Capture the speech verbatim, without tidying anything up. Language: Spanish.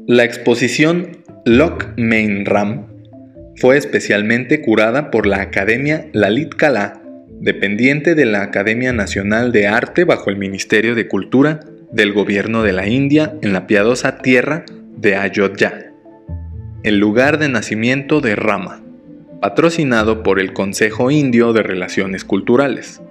La exposición Loc Main Ram fue especialmente curada por la Academia Lalit Kala, dependiente de la Academia Nacional de Arte bajo el Ministerio de Cultura del Gobierno de la India en la piadosa tierra de Ayodhya, el lugar de nacimiento de Rama, patrocinado por el Consejo Indio de Relaciones Culturales.